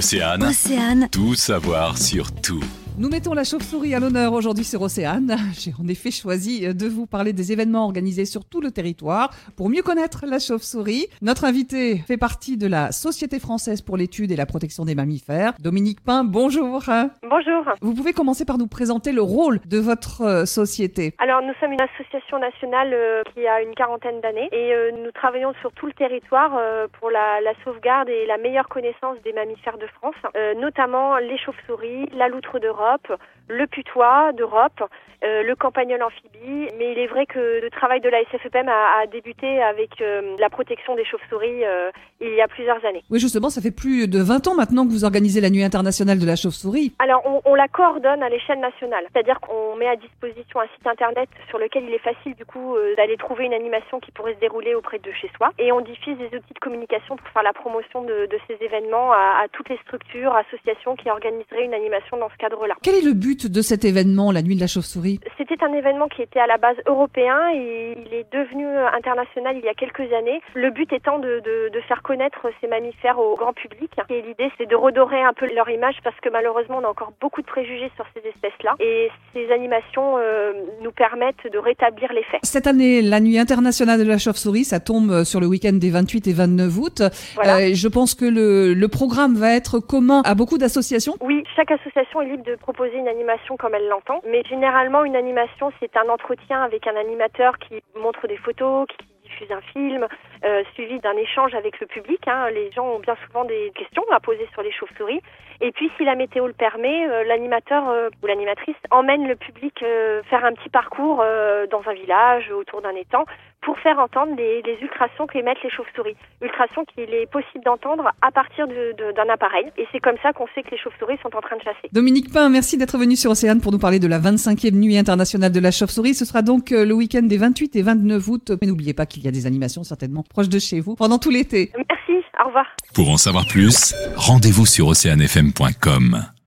Océane, tout savoir sur tout. Nous mettons la chauve-souris à l'honneur aujourd'hui sur Océane. J'ai en effet choisi de vous parler des événements organisés sur tout le territoire pour mieux connaître la chauve-souris. Notre invité fait partie de la Société française pour l'étude et la protection des mammifères. Dominique Pain, bonjour. Bonjour. Vous pouvez commencer par nous présenter le rôle de votre société. Alors nous sommes une association nationale qui a une quarantaine d'années et nous travaillons sur tout le territoire pour la sauvegarde et la meilleure connaissance des mammifères de France, notamment les chauves-souris, la loutre d'Europe, le putois d'Europe, le campagnol amphibie. Mais il est vrai que le travail de la SFEPM a débuté avec la protection des chauves-souris il y a plusieurs années. Oui, justement, ça fait plus de 20 ans maintenant que vous organisez la Nuit internationale de la chauve-souris. Alors, on la coordonne à l'échelle nationale. C'est-à-dire qu'on met à disposition un site internet sur lequel il est facile, du coup, d'aller trouver une animation qui pourrait se dérouler auprès de chez soi. Et on diffuse des outils de communication pour faire la promotion de ces événements à toutes les structures, associations qui organiseraient une animation dans ce cadre-là. Quel est le but de cet événement, la Nuit de la chauve-souris ? C'était un événement qui était à la base européen et il est devenu international il y a quelques années. Le but étant de faire connaître ces mammifères au grand public. Et l'idée, c'est de redorer un peu leur image parce que malheureusement, on a encore beaucoup de préjugés sur ces espèces-là. Et ces animations nous permettent de rétablir les faits. Cette année, la Nuit internationale de la chauve-souris, ça tombe sur le week-end des 28 et 29 août. Voilà. Je pense que le programme va être commun à beaucoup d'associations. Oui, chaque association est libre de proposer une animation comme elle l'entend. Mais généralement, une animation, c'est un entretien avec un animateur qui montre des photos, qui diffuse un film, suivi d'un échange avec le public. Les gens ont bien souvent des questions à poser sur les chauves-souris. Et puis, si la météo le permet, l'animateur ou l'animatrice emmène le public faire un petit parcours dans un village, autour d'un étang, pour faire entendre les ultrasons qu'émettent les chauves-souris. Ultrasons qu'il est possible d'entendre à partir d'un appareil. Et c'est comme ça qu'on sait que les chauves-souris sont en train de chasser. Dominique Pain, merci d'être venu sur Océane pour nous parler de la 25e Nuit internationale de la chauve-souris. Ce sera donc le week-end des 28 et 29 août. Mais n'oubliez pas qu'il y a des animations certainement proches de chez vous pendant tout l'été. Merci, au revoir. Pour en savoir plus, rendez-vous sur oceanefm.com.